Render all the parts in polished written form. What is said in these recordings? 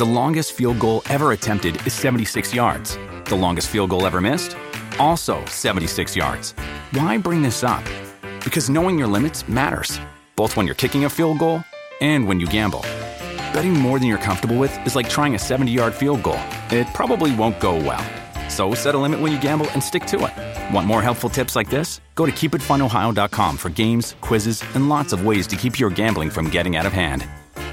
The longest field goal ever attempted is 76 yards. The longest field goal ever missed? Also 76 yards. Why bring this up? Because knowing your limits matters, both when you're kicking a field goal and when you gamble. Betting more than you're comfortable with is like trying a 70-yard field goal. It probably won't go well. So set a limit when you gamble and stick to it. Want more helpful tips like this? Go to keepitfunohio.com for games, quizzes, and lots of ways to keep your gambling from getting out of hand.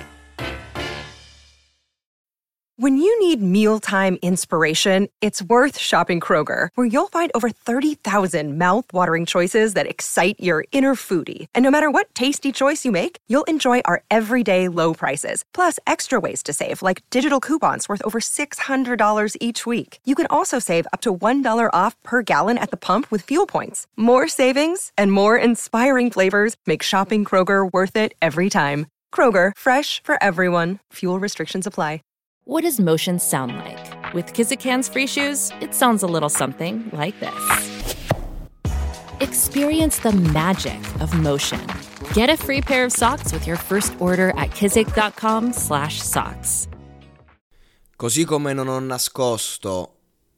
When you need mealtime inspiration, it's worth shopping Kroger, where you'll find over 30,000 mouth-watering choices that excite your inner foodie. And no matter what tasty choice you make, you'll enjoy our everyday low prices, plus extra ways to save, like digital coupons worth over $600 each week. You can also save up to $1 off per gallon at the pump with fuel points. More savings and more inspiring flavors make shopping Kroger worth it every time. Kroger, fresh for everyone. Fuel restrictions apply. What does motion sound like? With Kizikans free shoes, it sounds a little something like this. Experience the magic of motion. Get a free pair of socks with your first order at kizik.com/socks. Così come non ho nascosto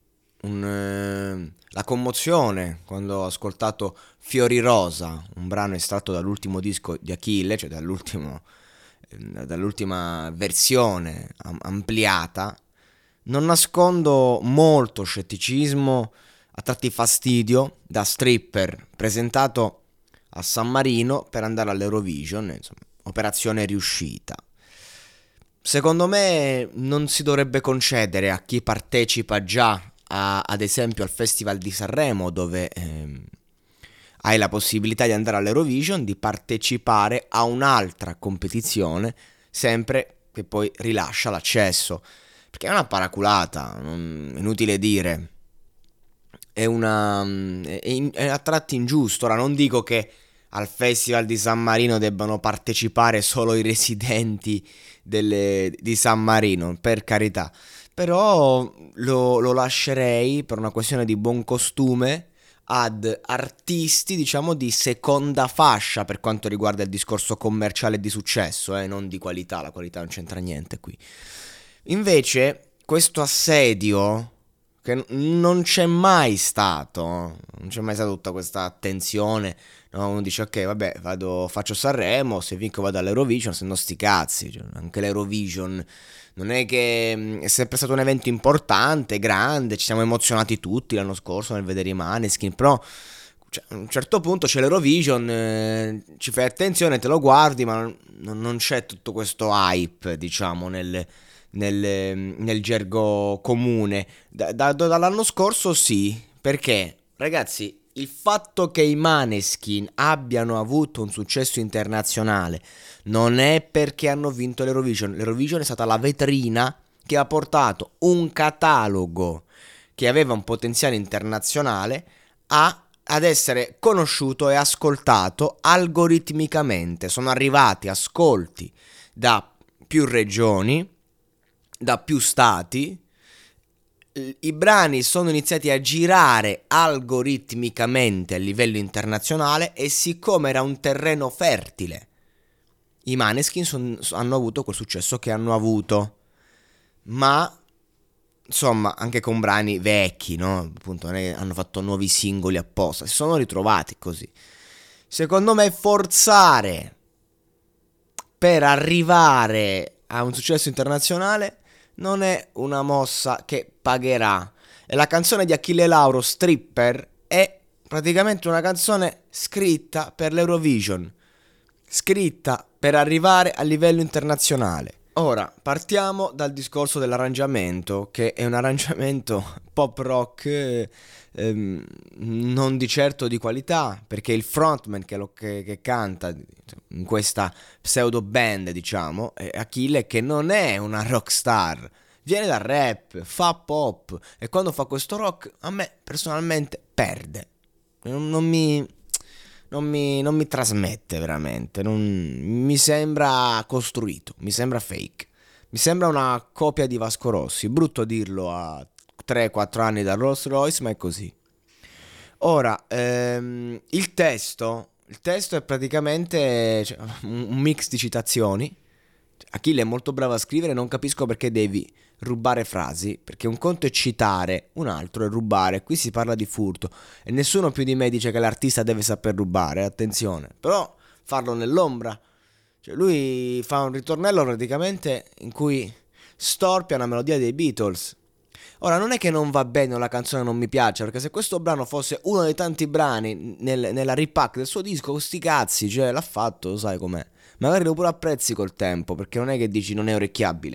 la commozione quando ho ascoltato Fiori Rosa, un brano estratto dall'ultimo disco di Achille, cioè dall'ultima versione ampliata, non nascondo molto scetticismo, a tratti fastidio, da stripper presentato a San Marino per andare all'Eurovision, insomma, operazione riuscita. Secondo me non si dovrebbe concedere a chi partecipa già ad esempio al Festival di Sanremo, dove hai la possibilità di andare all'Eurovision, di partecipare a un'altra competizione, sempre che poi rilascia l'accesso, perché è una paraculata, inutile dire, è a tratti ingiusto. Ora non dico che al Festival di San Marino debbano partecipare solo i residenti di San Marino, per carità, però lo lascerei, per una questione di buon costume, ad artisti, diciamo, di seconda fascia per quanto riguarda il discorso commerciale di successo, non di qualità. La qualità non c'entra niente qui. Invece questo assedio che non c'è mai stato, non c'è mai stata tutta questa attenzione, no? Uno dice ok, vabbè, faccio Sanremo, se vinco vado all'Eurovision, se no sti cazzi, cioè, anche l'Eurovision non è che è sempre stato un evento importante, grande, ci siamo emozionati tutti l'anno scorso nel vedere i Maneskin, però cioè, a un certo punto c'è l'Eurovision, ci fai attenzione, te lo guardi, ma non c'è tutto questo hype, diciamo, nel gergo comune. Dall'anno scorso sì, perché ragazzi, il fatto che i Maneskin abbiano avuto un successo internazionale non è perché hanno vinto l'Eurovision. L'Eurovision è stata la vetrina che ha portato un catalogo che aveva un potenziale internazionale ad essere conosciuto e ascoltato algoritmicamente. Sono arrivati ascolti da più regioni, da più stati. I brani sono iniziati a girare algoritmicamente a livello internazionale e siccome era un terreno fertile, i Maneskin hanno avuto quel successo che hanno avuto, ma insomma anche con brani vecchi, no? Appunto non è che hanno fatto nuovi singoli apposta, si sono ritrovati così. Secondo me forzare per arrivare a un successo internazionale non è una mossa che pagherà. E la canzone di Achille Lauro, Stripper, è praticamente una canzone scritta per l'Eurovision, scritta per arrivare a livello internazionale. Ora, partiamo dal discorso dell'arrangiamento, che è un arrangiamento pop rock non di certo di qualità, perché il frontman che canta in questa pseudo band, diciamo, è Achille, che non è una rockstar, viene dal rap, fa pop, e quando fa questo rock a me personalmente perde, non mi trasmette veramente, non mi sembra costruito, mi sembra fake, mi sembra una copia di Vasco Rossi. Brutto dirlo a 3-4 anni da Rolls Royce, ma è così. Ora, il testo è praticamente un mix di citazioni Achille è molto bravo a scrivere, non capisco perché devi rubare frasi, perché un conto è citare, un altro è rubare. Qui si parla di furto e nessuno più di me dice che l'artista deve saper rubare, attenzione, però farlo nell'ombra. Cioè lui fa un ritornello praticamente in cui storpia una melodia dei Beatles. Ora non è che non va bene o la canzone non mi piace, perché se questo brano fosse uno dei tanti brani nella repack del suo disco, sti cazzi, cioè l'ha fatto, lo sai com'è. Magari lo pure apprezzi col tempo, perché non è che dici non è orecchiabile.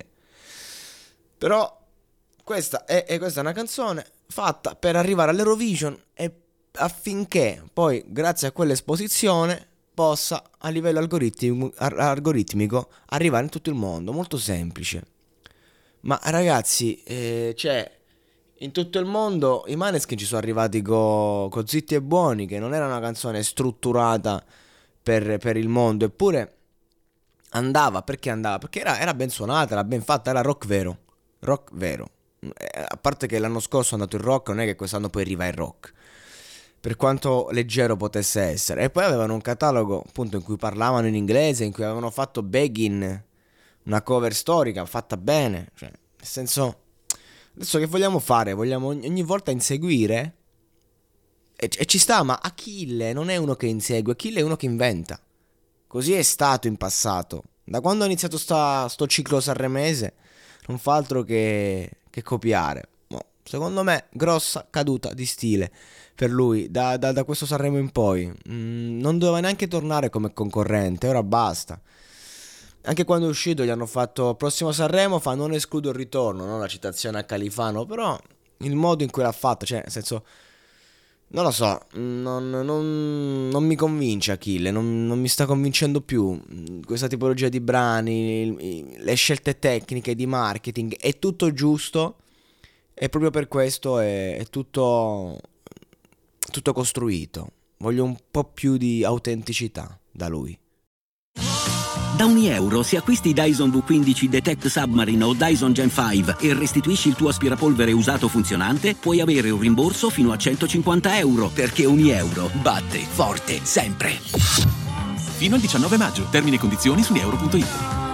Però questa è una canzone fatta per arrivare all'Eurovision e affinché poi, grazie a quell'esposizione, possa a livello algoritmico arrivare in tutto il mondo. Molto semplice. Ma ragazzi, cioè, in tutto il mondo i Maneskin ci sono arrivati con Zitti e Buoni, che non era una canzone strutturata per il mondo, eppure andava. Perché andava? Perché era ben suonata, era ben fatta, era rock vero. Rock vero. A parte che l'anno scorso è andato il rock, non è che quest'anno poi arriva il rock, per quanto leggero potesse essere. E poi avevano un catalogo appunto in cui parlavano in inglese, in cui avevano fatto Begin, una cover storica fatta bene, cioè nel senso, adesso che vogliamo fare? Vogliamo ogni volta inseguire? E ci sta, ma Achille non è uno che insegue, Achille è uno che inventa. Così è stato in passato. Da quando ha iniziato sto ciclo sanremese non fa altro che copiare. Secondo me grossa caduta di stile per lui da questo Sanremo in poi. Non doveva neanche tornare come concorrente, ora basta. Anche quando è uscito gli hanno fatto prossimo Sanremo, fa non escludo il ritorno, no? La citazione a Califano, però il modo in cui l'ha fatto, cioè nel senso, non lo so, non mi convince Achille, non mi sta convincendo più questa tipologia di brani, le scelte tecniche di marketing, è tutto giusto e proprio per questo è tutto costruito. Voglio un po' più di autenticità da lui. Da €1 se acquisti Dyson V15 Detect Submarine o Dyson Gen 5 e restituisci il tuo aspirapolvere usato funzionante, puoi avere un rimborso fino a €150, perché €1 batte forte sempre. Fino al 19 maggio. Termini e condizioni su euro.it.